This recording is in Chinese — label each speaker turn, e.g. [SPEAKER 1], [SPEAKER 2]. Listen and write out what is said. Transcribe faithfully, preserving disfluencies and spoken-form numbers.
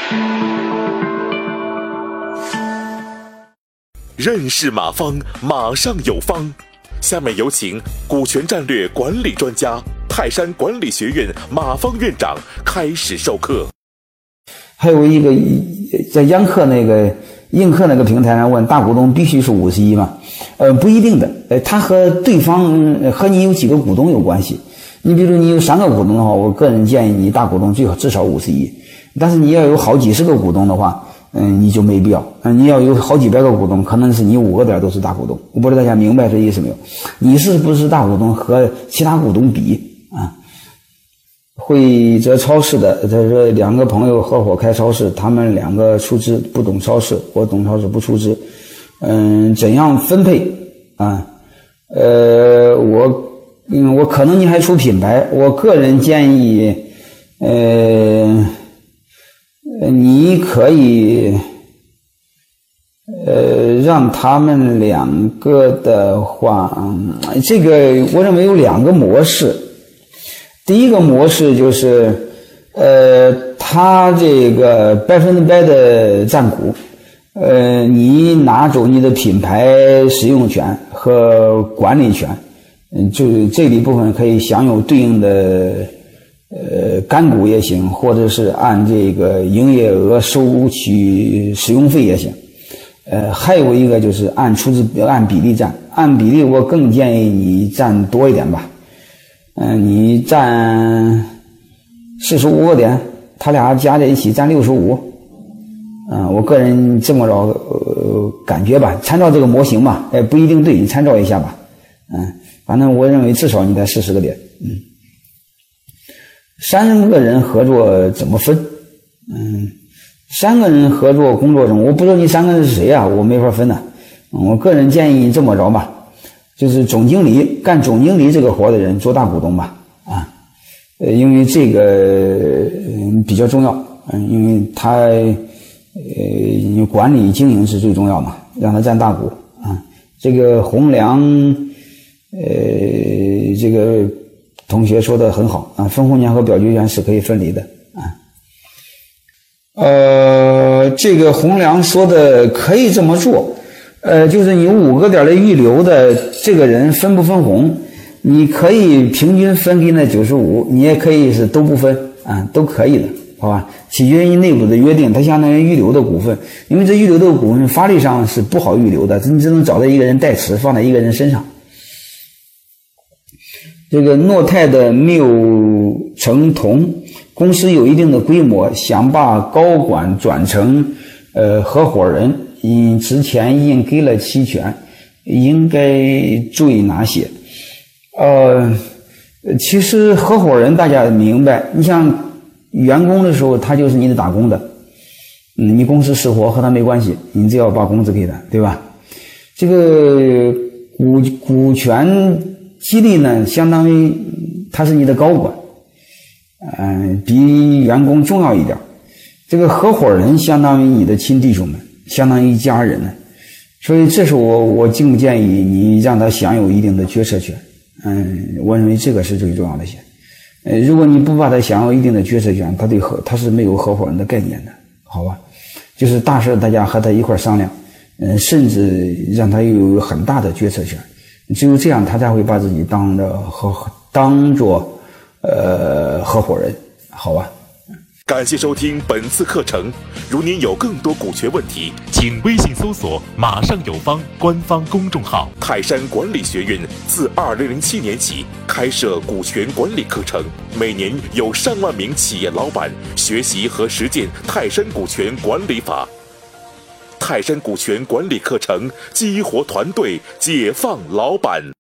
[SPEAKER 1] 认识马方，马上有方。下面有请股权战略管理专家、泰山管理学院马方院长开始授课。
[SPEAKER 2] 还有一个在央客那个映客那个平台上问大股东必须是五十一吗？呃，不一定的，呃，他和对方和你有几个股东有关系。你比如你有三个股东的话，我个人建议你大股东最好至少五十一。但是你要有好几十个股东的话，嗯，你就没必要。嗯，你要有好几百个股东，可能是你五个点都是大股东。我不知道大家明白这意思没有？你是不是大股东和其他股东比啊？惠泽超市的，他说两个朋友合伙开超市，他们两个出资，不懂超市，我懂超市不出资。嗯，怎样分配啊？呃，我嗯，我可能你还出品牌，我个人建议，呃。你可以呃让他们两个的话，这个我认为有两个模式。第一个模式就是呃他这个百分之百的占股，呃你拿走你的品牌使用权和管理权，嗯，就这一部分可以享有对应的呃，干股也行，或者是按这个营业额收取使用费也行。呃，还有一个就是按出资按比例占，按比例我更建议你占多一点吧。嗯、呃，你占四十五个点，他俩加在一起占六十五。嗯、呃，我个人这么着呃感觉吧，参照这个模型吧，哎，不一定对，你参照一下吧。嗯，反正我认为至少你在四十个点。嗯。三个人合作怎么分？嗯，三个人合作工作中，我不知道你三个人是谁啊，我没法分呢、啊嗯。我个人建议你这么着吧，就是总经理干总经理这个活的人做大股东吧，啊，呃，因为这个、呃、比较重要，嗯，因为他呃管理经营是最重要嘛，让他占大股啊。这个洪良，呃，这个。同学说的很好啊，分红权和表决权是可以分离的啊。呃，这个洪良说的可以这么做，呃，就是你五个点的预留的这个人分不分红，你可以平均分给那九十五，你也可以是都不分啊，都可以的，好吧？取决于内部的约定，它相当于预留的股份，因为这预留的股份法律上是不好预留的，你只能找到一个人代持，放在一个人身上。这个诺泰的缪成同公司有一定的规模，想把高管转成呃合伙人，因之前应给了期权，应该注意哪些？呃，其实合伙人大家明白，你像员工的时候，他就是你的打工的，嗯，你公司失活和他没关系，你只要把工资给他，对吧？这个股股权激励呢，相当于他是你的高管，嗯、呃，比员工重要一点。这个合伙人相当于你的亲弟兄们，相当于一家人呢。所以这是我我更建议你让他享有一定的决策权。嗯，我认为这个是最重要的些。呃，如果你不把他享有一定的决策权，他对合他是没有合伙人的概念的，好吧？就是大事大家和他一块商量，嗯、呃，甚至让他有很大的决策权。只有这样，他才会把自己当着合当做呃合伙人，好吧？
[SPEAKER 1] 感谢收听本次课程。如您有更多股权问题，请微信搜索“马上有方”官方公众号。泰山管理学院自二零零七年起开设股权管理课程，每年有上万名企业老板学习和实践泰山股权管理法。泰山股权管理课程激活团队，解放老板。